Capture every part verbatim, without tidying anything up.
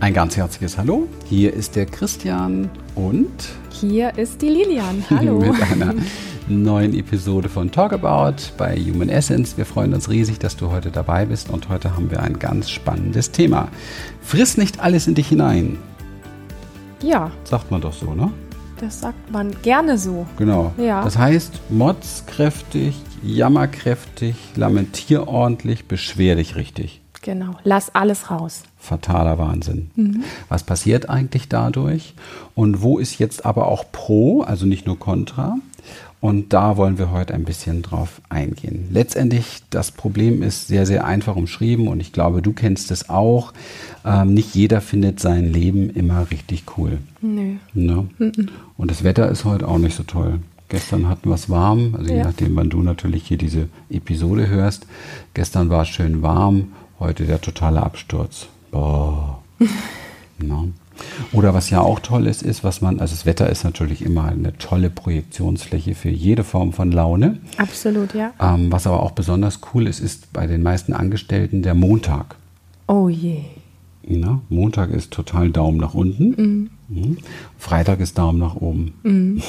Ein ganz herzliches Hallo. Hier ist der Christian und hier ist die Lilian. Hallo. Mit einer neuen Episode von Talk About bei Human Essence. Wir freuen uns riesig, dass du heute dabei bist und heute haben wir ein ganz spannendes Thema. Friss nicht alles in dich hinein. Ja. Sagt man doch so, ne? Das sagt man gerne so. Genau. Ja. Das heißt, motzkräftig, jammerkräftig, lamentier ordentlich, beschwer dich richtig. Genau, lass alles raus. Fataler Wahnsinn. Mhm. Was passiert eigentlich dadurch? Und wo ist jetzt aber auch Pro, also nicht nur Contra? Und da wollen wir heute ein bisschen drauf eingehen. Letztendlich, das Problem ist sehr, sehr einfach umschrieben und ich glaube, du kennst es auch. Ähm, nicht jeder findet sein Leben immer richtig cool. Nö. Ne? Mhm. Und das Wetter ist heute auch nicht so toll. Gestern hatten wir es warm, also je ja. nachdem, wann du natürlich hier diese Episode hörst. Gestern war es schön warm. Heute der totale Absturz. Boah. Ja. Oder was ja auch toll ist, ist, was man, also das Wetter ist natürlich immer eine tolle Projektionsfläche für jede Form von Laune. Absolut, ja. Ähm, was aber auch besonders cool ist, ist bei den meisten Angestellten der Montag. Oh je. Ja, Montag ist total Daumen nach unten. Mhm. Mhm. Freitag ist Daumen nach oben. Mhm.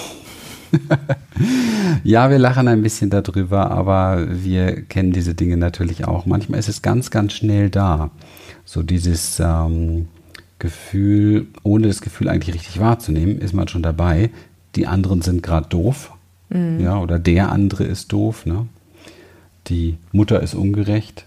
Ja, wir lachen ein bisschen darüber, aber wir kennen diese Dinge natürlich auch. Manchmal ist es ganz, ganz schnell da. So dieses ähm, Gefühl, ohne das Gefühl eigentlich richtig wahrzunehmen, ist man schon dabei. Die anderen sind gerade doof. Mhm. Ja, oder der andere ist doof. Ne? Die Mutter ist ungerecht.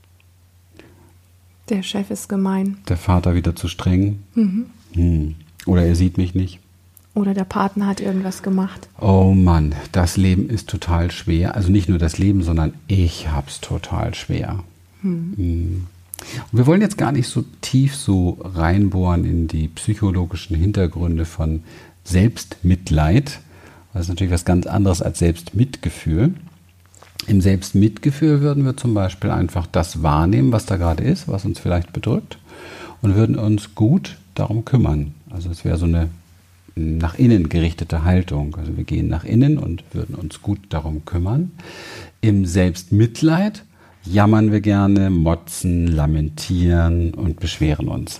Der Chef ist gemein. Der Vater wieder zu streng. Mhm. Hm. Oder er sieht mich nicht. Oder der Partner hat irgendwas gemacht. Oh Mann, das Leben ist total schwer. Also nicht nur das Leben, sondern ich hab's total schwer. Hm. Und wir wollen jetzt gar nicht so tief so reinbohren in die psychologischen Hintergründe von Selbstmitleid. Das ist natürlich was ganz anderes als Selbstmitgefühl. Im Selbstmitgefühl würden wir zum Beispiel einfach das wahrnehmen, was da gerade ist, was uns vielleicht bedrückt, und würden uns gut darum kümmern. Also es wäre so eine nach innen gerichtete Haltung. Also wir gehen nach innen und würden uns gut darum kümmern. Im Selbstmitleid jammern wir gerne, motzen, lamentieren und beschweren uns.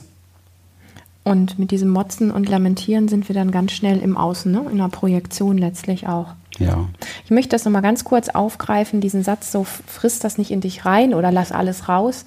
Und mit diesem Motzen und Lamentieren sind wir dann ganz schnell im Außen, ne? In der Projektion letztlich auch. Ja. Ich möchte das nochmal ganz kurz aufgreifen, diesen Satz so, friss das nicht in dich rein oder lass alles raus.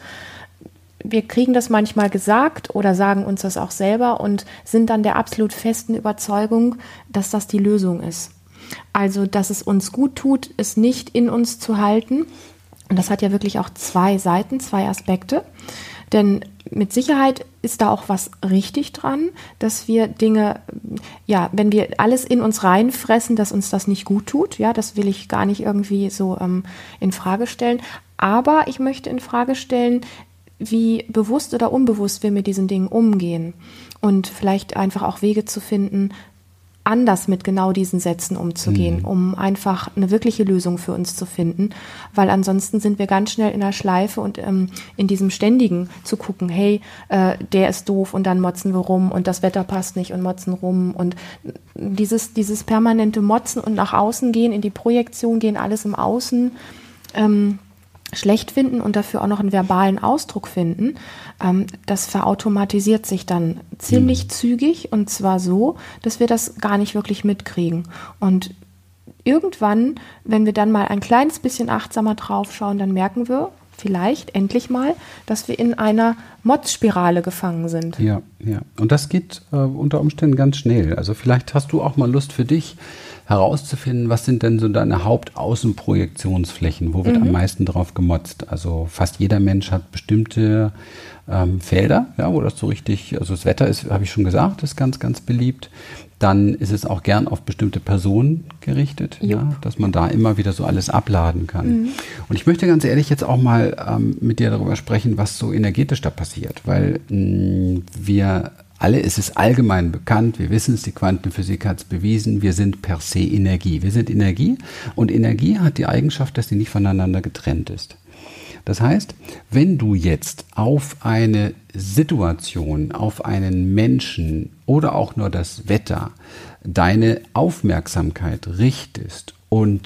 Wir kriegen das manchmal gesagt oder sagen uns das auch selber und sind dann der absolut festen Überzeugung, dass das die Lösung ist. Also, dass es uns gut tut, es nicht in uns zu halten. Und das hat ja wirklich auch zwei Seiten, zwei Aspekte. Denn mit Sicherheit ist da auch was richtig dran, dass wir Dinge, ja, wenn wir alles in uns reinfressen, dass uns das nicht gut tut. Ja, das will ich gar nicht irgendwie so ähm, in Frage stellen. Aber ich möchte in Frage stellen, wie bewusst oder unbewusst wir mit diesen Dingen umgehen und vielleicht einfach auch Wege zu finden, anders mit genau diesen Sätzen umzugehen, mhm. um einfach eine wirkliche Lösung für uns zu finden, weil ansonsten sind wir ganz schnell in der Schleife und ähm, in diesem ständigen zu gucken, hey, äh, der ist doof und dann motzen wir rum und das Wetter passt nicht und motzen rum und dieses, dieses permanente Motzen und nach außen gehen, in die Projektion gehen, alles im Außen, ähm, schlecht finden und dafür auch noch einen verbalen Ausdruck finden, ähm, das verautomatisiert sich dann ziemlich mhm. zügig und zwar so, dass wir das gar nicht wirklich mitkriegen. Und irgendwann, wenn wir dann mal ein kleines bisschen achtsamer drauf schauen, dann merken wir vielleicht endlich mal, dass wir in einer Motzspirale gefangen sind. Ja, ja. Und das geht äh, unter Umständen ganz schnell. Also vielleicht hast du auch mal Lust für dich, herauszufinden, was sind denn so deine Hauptaußenprojektionsflächen, wo wird mhm. am meisten drauf gemotzt? Also fast jeder Mensch hat bestimmte ähm, Felder, ja, wo das so richtig, also das Wetter ist, habe ich schon gesagt, ist ganz, ganz beliebt. Dann ist es auch gern auf bestimmte Personen gerichtet, ja, dass man da immer wieder so alles abladen kann. Mhm. Und ich möchte ganz ehrlich jetzt auch mal ähm, mit dir darüber sprechen, was so energetisch da passiert, weil mh, wir alle, es ist allgemein bekannt, wir wissen es, die Quantenphysik hat es bewiesen, wir sind per se Energie. Wir sind Energie und Energie hat die Eigenschaft, dass sie nicht voneinander getrennt ist. Das heißt, wenn du jetzt auf eine Situation, auf einen Menschen oder auch nur das Wetter deine Aufmerksamkeit richtest und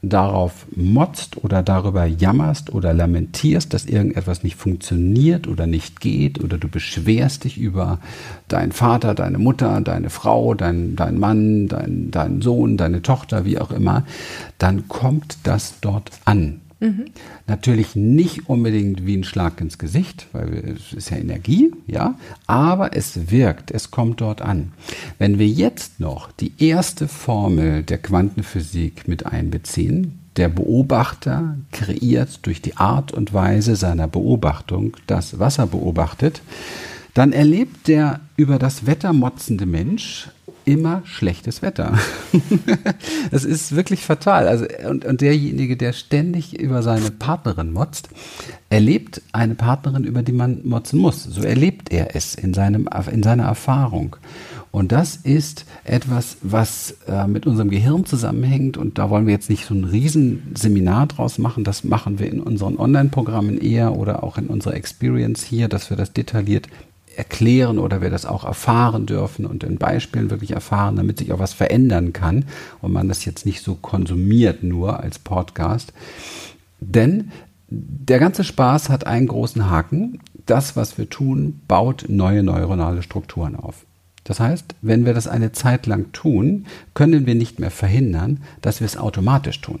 darauf motzt oder darüber jammerst oder lamentierst, dass irgendetwas nicht funktioniert oder nicht geht oder du beschwerst dich über deinen Vater, deine Mutter, deine Frau, dein, dein Mann, dein, deinen Sohn, deine Tochter, wie auch immer, dann kommt das dort an. Mhm. Natürlich nicht unbedingt wie ein Schlag ins Gesicht, weil es ist ja Energie, ja, aber es wirkt, es kommt dort an. Wenn wir jetzt noch die erste Formel der Quantenphysik mit einbeziehen, der Beobachter kreiert durch die Art und Weise seiner Beobachtung das, was er beobachtet, dann erlebt der über das Wetter motzende Mensch immer schlechtes Wetter. Das ist wirklich fatal. Also, und, und derjenige, der ständig über seine Partnerin motzt, erlebt eine Partnerin, über die man motzen muss. So erlebt er es in, seinem, in seiner Erfahrung. Und das ist etwas, was äh, mit unserem Gehirn zusammenhängt. Und da wollen wir jetzt nicht so ein Riesenseminar draus machen. Das machen wir in unseren Online-Programmen eher oder auch in unserer Experience hier, dass wir das detailliert erklären oder wir das auch erfahren dürfen und in Beispielen wirklich erfahren, damit sich auch was verändern kann und man das jetzt nicht so konsumiert nur als Podcast. Denn der ganze Spaß hat einen großen Haken. Das, was wir tun, baut neue neuronale Strukturen auf. Das heißt, wenn wir das eine Zeit lang tun, können wir nicht mehr verhindern, dass wir es automatisch tun.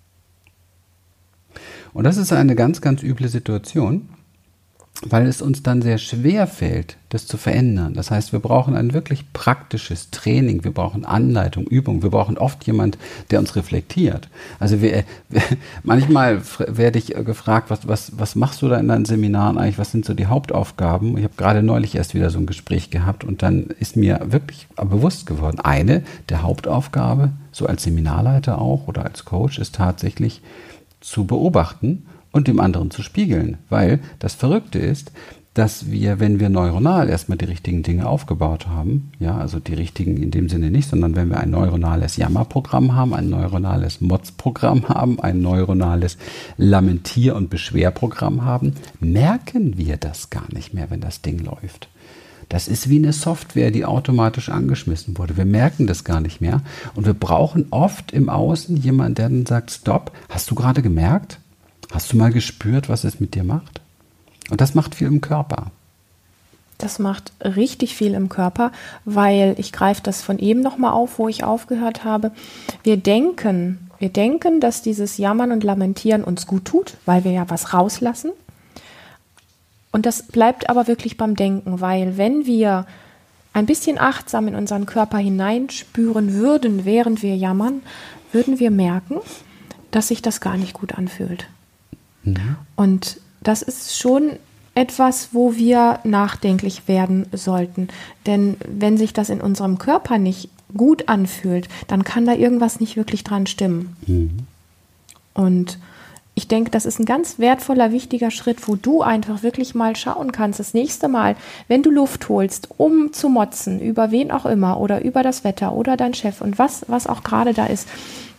Und das ist eine ganz, ganz üble Situation, weil es uns dann sehr schwer fällt, das zu verändern. Das heißt, wir brauchen ein wirklich praktisches Training, wir brauchen Anleitung, Übung, wir brauchen oft jemand, der uns reflektiert. Also wir, wir, manchmal werde ich gefragt, was, was, was machst du da in deinen Seminaren eigentlich, was sind so die Hauptaufgaben? Ich habe gerade neulich erst wieder so ein Gespräch gehabt und dann ist mir wirklich bewusst geworden, eine der Hauptaufgabe, so als Seminarleiter auch oder als Coach, ist tatsächlich zu beobachten und dem anderen zu spiegeln, weil das Verrückte ist, dass wir, wenn wir neuronal erstmal die richtigen Dinge aufgebaut haben, ja, also die richtigen in dem Sinne nicht, sondern wenn wir ein neuronales Jammerprogramm haben, ein neuronales Motzprogramm haben, ein neuronales Lamentier- und Beschwerprogramm haben, merken wir das gar nicht mehr, wenn das Ding läuft. Das ist wie eine Software, die automatisch angeschmissen wurde. Wir merken das gar nicht mehr und wir brauchen oft im Außen jemanden, der dann sagt, stopp, hast du gerade gemerkt? Hast du mal gespürt, was es mit dir macht? Und das macht viel im Körper. Das macht richtig viel im Körper, weil ich greife das von eben nochmal auf, wo ich aufgehört habe. Wir denken, wir denken, dass dieses Jammern und Lamentieren uns gut tut, weil wir ja was rauslassen. Und das bleibt aber wirklich beim Denken, weil wenn wir ein bisschen achtsam in unseren Körper hineinspüren würden, während wir jammern, würden wir merken, dass sich das gar nicht gut anfühlt. Mhm. Und das ist schon etwas, wo wir nachdenklich werden sollten. Denn wenn sich das in unserem Körper nicht gut anfühlt, dann kann da irgendwas nicht wirklich dran stimmen. Mhm. Und ich denke, das ist ein ganz wertvoller, wichtiger Schritt, wo du einfach wirklich mal schauen kannst, das nächste Mal, wenn du Luft holst, um zu motzen, über wen auch immer oder über das Wetter oder dein Chef und was, was auch gerade da ist.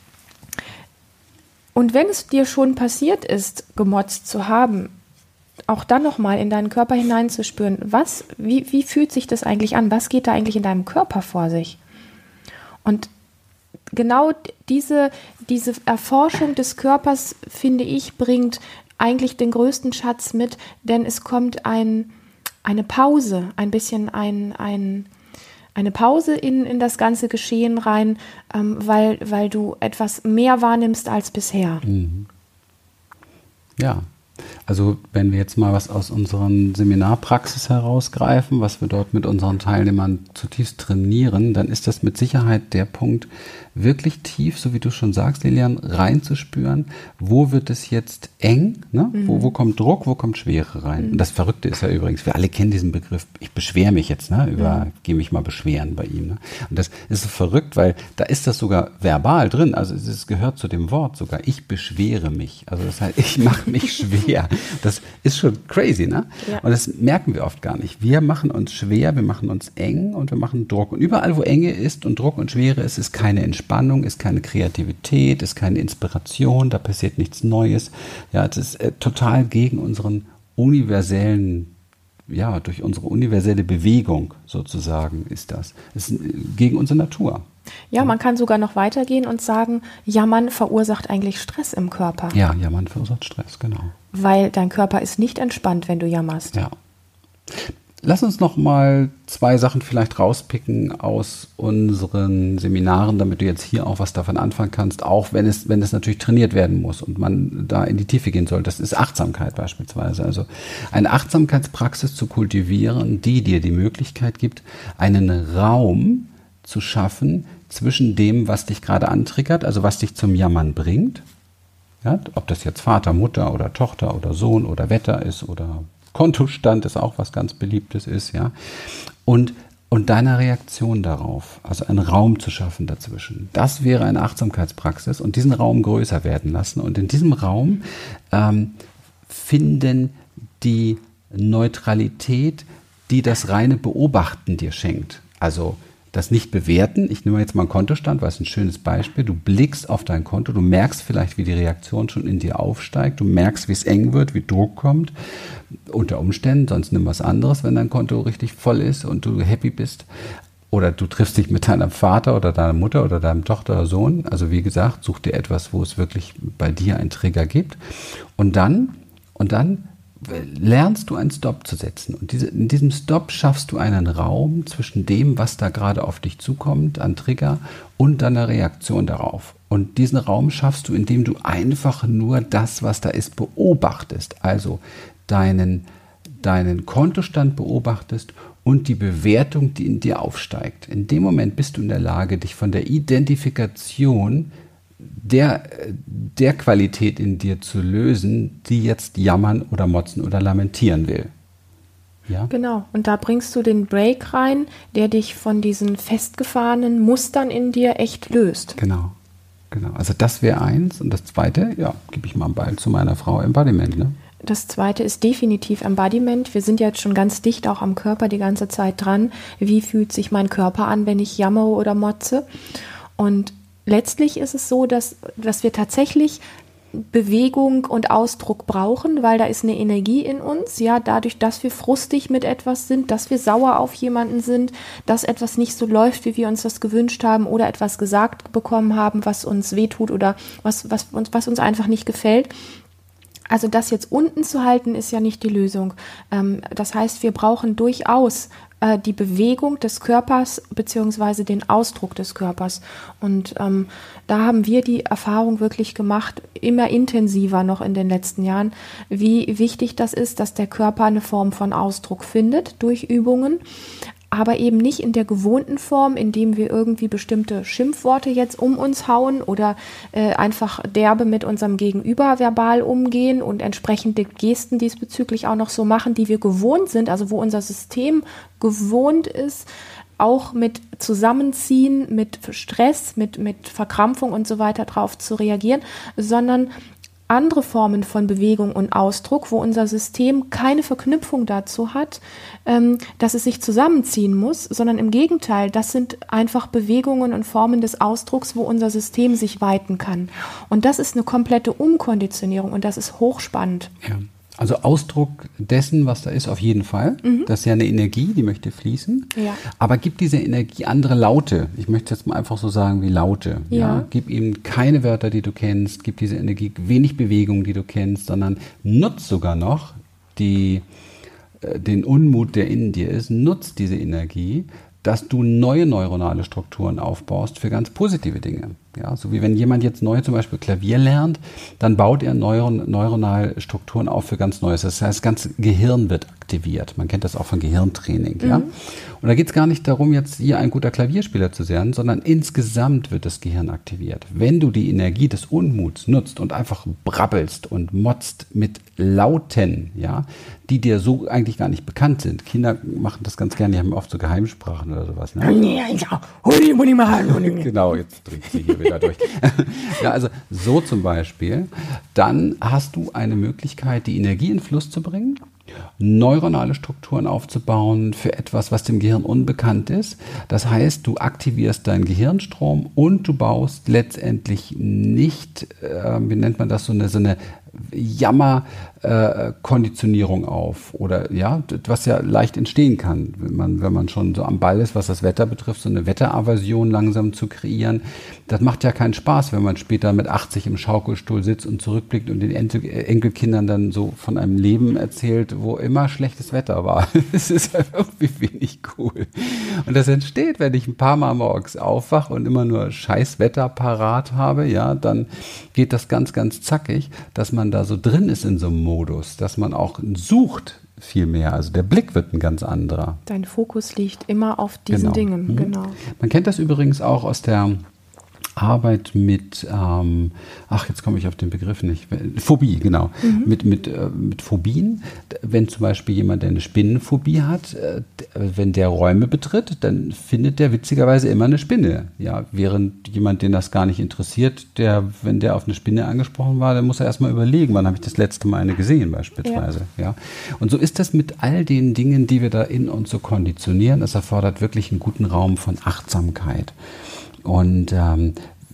Und wenn es dir schon passiert ist, gemotzt zu haben, auch dann nochmal in deinen Körper hineinzuspüren, was, wie, wie fühlt sich das eigentlich an? Was geht da eigentlich in deinem Körper vor sich? Und genau diese, diese Erforschung des Körpers, finde ich, bringt eigentlich den größten Schatz mit, denn es kommt ein, eine Pause, ein bisschen ein, ein, eine Pause in, in das ganze Geschehen rein, ähm, weil, weil du etwas mehr wahrnimmst als bisher. Mhm. Ja. Also wenn wir jetzt mal was aus unseren Seminarpraxis herausgreifen, was wir dort mit unseren Teilnehmern zutiefst trainieren, dann ist das mit Sicherheit der Punkt, wirklich tief, so wie du schon sagst, Lilian, reinzuspüren, wo wird es jetzt eng, ne? Mhm. wo, wo kommt Druck, wo kommt Schwere rein. Mhm. Und das Verrückte ist ja übrigens, wir alle kennen diesen Begriff, ich beschwere mich jetzt, ne? über, mhm. gehe mich mal beschweren bei ihm. Ne? Und das ist so verrückt, weil da ist das sogar verbal drin, also es gehört zu dem Wort sogar, ich beschwere mich. Also das heißt, ich mache mich schwer. Das ist schon crazy, ne? Ja. Und das merken wir oft gar nicht. Wir machen uns schwer, wir machen uns eng und wir machen Druck. Und überall, wo Enge ist und Druck und Schwere ist, ist keine Entspannung, ist keine Kreativität, ist keine Inspiration, da passiert nichts Neues. Ja, das ist äh, total gegen unseren universellen, ja, durch unsere universelle Bewegung sozusagen ist das. Es ist gegen unsere Natur. Ja, man kann sogar noch weitergehen und sagen, Jammern verursacht eigentlich Stress im Körper. Ja, Jammern verursacht Stress, genau. Weil dein Körper ist nicht entspannt, wenn du jammerst. Ja. Lass uns noch mal zwei Sachen vielleicht rauspicken aus unseren Seminaren, damit du jetzt hier auch was davon anfangen kannst, auch wenn es, wenn es natürlich trainiert werden muss und man da in die Tiefe gehen soll. Das ist Achtsamkeit beispielsweise. Also eine Achtsamkeitspraxis zu kultivieren, die dir die Möglichkeit gibt, einen Raum zu schaffen zwischen dem, was dich gerade antriggert, also was dich zum Jammern bringt. Ja, ob das jetzt Vater, Mutter oder Tochter oder Sohn oder Wetter ist oder Kontostand ist auch was ganz Beliebtes ist, ja. Und, und deiner Reaktion darauf, also einen Raum zu schaffen dazwischen. Das wäre eine Achtsamkeitspraxis und diesen Raum größer werden lassen. Und in diesem Raum ähm, finden die Neutralität, die das reine Beobachten dir schenkt. Also das nicht bewerten. Ich nehme jetzt mal einen Kontostand, weil es ein schönes Beispiel. Du blickst auf dein Konto, du merkst vielleicht, wie die Reaktion schon in dir aufsteigt. Du merkst, wie es eng wird, wie Druck kommt. Unter Umständen, sonst nimm was anderes, wenn dein Konto richtig voll ist und du happy bist. Oder du triffst dich mit deinem Vater oder deiner Mutter oder deinem Tochter oder Sohn. Also wie gesagt, such dir etwas, wo es wirklich bei dir einen Trigger gibt. Und dann, und dann lernst du einen Stopp zu setzen. Und diese, in diesem Stopp schaffst du einen Raum zwischen dem, was da gerade auf dich zukommt, an Trigger, und deiner Reaktion darauf. Und diesen Raum schaffst du, indem du einfach nur das, was da ist, beobachtest. Also deinen, deinen Kontostand beobachtest und die Bewertung, die in dir aufsteigt. In dem Moment bist du in der Lage, dich von der Identifikation Der, der Qualität in dir zu lösen, die jetzt jammern oder motzen oder lamentieren will. Ja? Genau, und da bringst du den Break rein, der dich von diesen festgefahrenen Mustern in dir echt löst. Genau, genau. Also das wäre eins. Und das zweite, ja, gebe ich mal einen Ball zu meiner Frau, Embodiment. Ne? Das zweite ist definitiv Embodiment. Wir sind ja jetzt schon ganz dicht auch am Körper die ganze Zeit dran. Wie fühlt sich mein Körper an, wenn ich jammere oder motze? Und letztlich ist es so, dass, dass wir tatsächlich Bewegung und Ausdruck brauchen, weil da ist eine Energie in uns, ja, dadurch, dass wir frustig mit etwas sind, dass wir sauer auf jemanden sind, dass etwas nicht so läuft, wie wir uns das gewünscht haben oder etwas gesagt bekommen haben, was uns wehtut oder was, was, uns, was uns einfach nicht gefällt. Also das jetzt unten zu halten, ist ja nicht die Lösung. Ähm, das heißt, wir brauchen durchaus äh, die Bewegung des Körpers beziehungsweise den Ausdruck des Körpers. Und ähm, da haben wir die Erfahrung wirklich gemacht, immer intensiver noch in den letzten Jahren, wie wichtig das ist, dass der Körper eine Form von Ausdruck findet durch Übungen, aber eben nicht in der gewohnten Form, indem wir irgendwie bestimmte Schimpfworte jetzt um uns hauen oder äh, einfach derbe mit unserem Gegenüber verbal umgehen und entsprechende Gesten diesbezüglich auch noch so machen, die wir gewohnt sind, also wo unser System gewohnt ist, auch mit Zusammenziehen, mit Stress, mit, mit Verkrampfung und so weiter drauf zu reagieren, sondern andere Formen von Bewegung und Ausdruck, wo unser System keine Verknüpfung dazu hat, ähm, dass es sich zusammenziehen muss, sondern im Gegenteil, das sind einfach Bewegungen und Formen des Ausdrucks, wo unser System sich weiten kann. Und das ist eine komplette Umkonditionierung und das ist hochspannend. Ja. Also Ausdruck dessen, was da ist, auf jeden Fall. Mhm. Das ist ja eine Energie, die möchte fließen. Ja. Aber gibt diese Energie andere Laute? Ich möchte jetzt mal einfach so sagen wie Laute. Ja. Ja? Gib ihm keine Wörter, die du kennst. Gib diese Energie wenig Bewegung, die du kennst, sondern nutz sogar noch die, äh, den Unmut, der in dir ist. Nutz diese Energie, dass du neue neuronale Strukturen aufbaust für ganz positive Dinge. Ja, so wie wenn jemand jetzt neu zum Beispiel Klavier lernt, dann baut er neuron, neuronale Strukturen auf für ganz Neues. Das heißt, das ganze Gehirn wird aktiviert. Man kennt das auch von Gehirntraining. Mhm. Ja? Und da geht es gar nicht darum, jetzt hier ein guter Klavierspieler zu sein, sondern insgesamt wird das Gehirn aktiviert. Wenn du die Energie des Unmuts nutzt und einfach brabbelst und motzt mit Lauten, ja, die dir so eigentlich gar nicht bekannt sind. Kinder machen das ganz gerne, die haben oft so Geheimsprachen oder sowas. Ne? Genau, jetzt trinkt sie hier wieder durch. Ja, also so zum Beispiel. Dann hast du eine Möglichkeit, die Energie in Fluss zu bringen, neuronale Strukturen aufzubauen für etwas, was dem Gehirn unbekannt ist. Das heißt, du aktivierst deinen Gehirnstrom und du baust letztendlich nicht, äh, wie nennt man das, so eine, so eine Jammerkonditionierung äh, auf oder ja, was ja leicht entstehen kann, wenn man, wenn man schon so am Ball ist, was das Wetter betrifft, so eine Wetteraversion langsam zu kreieren. Das macht ja keinen Spaß, wenn man später mit achtzig im Schaukelstuhl sitzt und zurückblickt und den Enkel, Enkelkindern dann so von einem Leben erzählt, wo immer schlechtes Wetter war. Das ist halt irgendwie wenig cool. Und das entsteht, wenn ich ein paar Mal morgens aufwache und immer nur scheiß Wetter parat habe, ja, dann geht das ganz, ganz zackig, dass man da so drin ist in so einem Modus, dass man auch sucht viel mehr. Also der Blick wird ein ganz anderer. Dein Fokus liegt immer auf diesen Genau. Dingen. Mhm. Genau. Man kennt das übrigens auch aus der Arbeit mit, ähm, ach, jetzt komme ich auf den Begriff nicht, Phobie, genau, mhm. mit, mit, äh, mit Phobien. Wenn zum Beispiel jemand, der eine Spinnenphobie hat, äh, wenn der Räume betritt, dann findet der witzigerweise immer eine Spinne. Ja, während jemand, den das gar nicht interessiert, der, wenn der auf eine Spinne angesprochen war, dann muss er erstmal überlegen, wann habe ich das letzte Mal eine gesehen beispielsweise. Ja. Ja. Und so ist das mit all den Dingen, die wir da in uns so konditionieren. Es erfordert wirklich einen guten Raum von Achtsamkeit. Und ähm,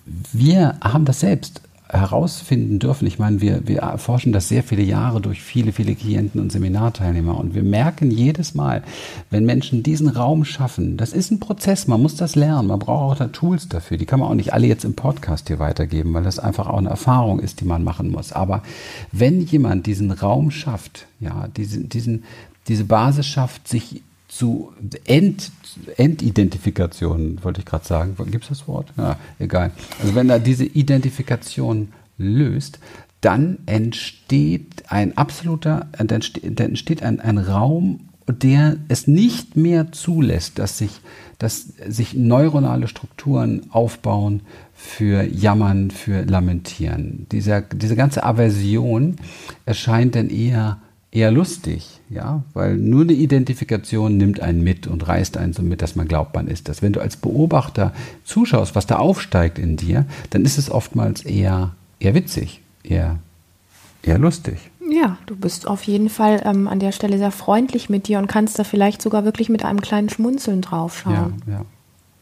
wir haben das selbst herausfinden dürfen. Ich meine, wir, wir erforschen das sehr viele Jahre durch viele, viele Klienten und Seminarteilnehmer. Und wir merken jedes Mal, wenn Menschen diesen Raum schaffen, das ist ein Prozess, man muss das lernen, man braucht auch da Tools dafür. Die kann man auch nicht alle jetzt im Podcast hier weitergeben, weil das einfach auch eine Erfahrung ist, die man machen muss. Aber wenn jemand diesen Raum schafft, ja, diesen, diesen, diese Basis schafft, sich zu Ent, Entidentifikation, wollte ich gerade sagen. Gibt es das Wort? Ja, egal. Also wenn er diese Identifikation löst, dann entsteht ein absoluter, dann entsteht ein, ein Raum, der es nicht mehr zulässt, dass sich, dass sich neuronale Strukturen aufbauen für Jammern, für Lamentieren. Dieser, diese ganze Aversion erscheint dann eher eher lustig, ja, weil nur eine Identifikation nimmt einen mit und reißt einen so mit, dass man glaubt, man ist das. Wenn du als Beobachter zuschaust, was da aufsteigt in dir, dann ist es oftmals eher, eher witzig, eher, eher lustig. Ja, du bist auf jeden Fall ähm, an der Stelle sehr freundlich mit dir und kannst da vielleicht sogar wirklich mit einem kleinen Schmunzeln draufschauen. Ja, ja.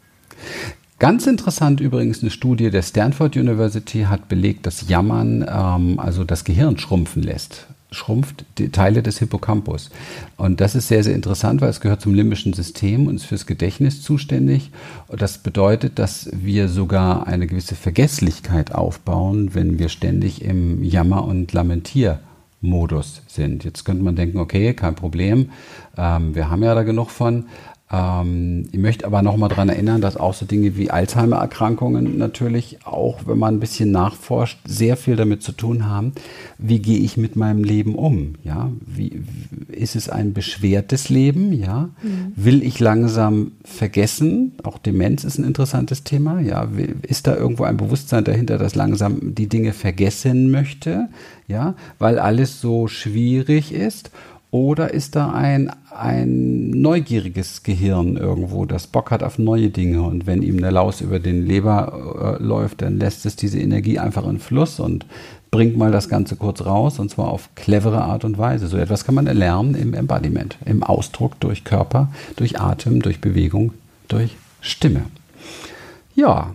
Ganz interessant übrigens, eine Studie der Stanford University hat belegt, dass Jammern ähm, also das Gehirn schrumpfen lässt. schrumpft die Teile des Hippocampus. Und das ist sehr, sehr interessant, weil es gehört zum limbischen System und ist fürs Gedächtnis zuständig. Und das bedeutet, dass wir sogar eine gewisse Vergesslichkeit aufbauen, wenn wir ständig im Jammer- und Lamentiermodus sind. Jetzt könnte man denken, okay, kein Problem, ähm, wir haben ja da genug von. Ähm, ich möchte aber noch mal daran erinnern, dass auch so Dinge wie Alzheimer-Erkrankungen natürlich auch, wenn man ein bisschen nachforscht, sehr viel damit zu tun haben. Wie gehe ich mit meinem Leben um? Ja, wie ist es ein beschwertes Leben? Ja, mhm. Will ich langsam vergessen? Auch Demenz ist ein interessantes Thema. Ja, ist da irgendwo ein Bewusstsein dahinter, das langsam die Dinge vergessen möchte? Ja, weil alles so schwierig ist. Oder ist da ein, ein neugieriges Gehirn irgendwo, das Bock hat auf neue Dinge und wenn ihm eine Laus über den Leber äh, läuft, dann lässt es diese Energie einfach in Fluss und bringt mal das Ganze kurz raus und zwar auf clevere Art und Weise. So etwas kann man erlernen im Embodiment, im Ausdruck durch Körper, durch Atem, durch Bewegung, durch Stimme. Ja,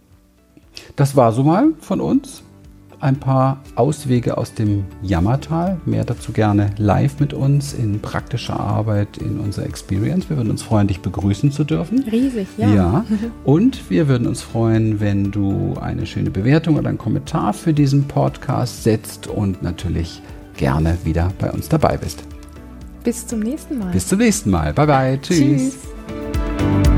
das war so mal von uns. Ein paar Auswege aus dem Jammertal. Mehr dazu gerne live mit uns in praktischer Arbeit in unserer Experience. Wir würden uns freuen, dich begrüßen zu dürfen. Riesig, ja. Ja. Und wir würden uns freuen, wenn du eine schöne Bewertung oder einen Kommentar für diesen Podcast setzt und natürlich gerne wieder bei uns dabei bist. Bis zum nächsten Mal. Bis zum nächsten Mal. Bye bye. Tschüss. Tschüss.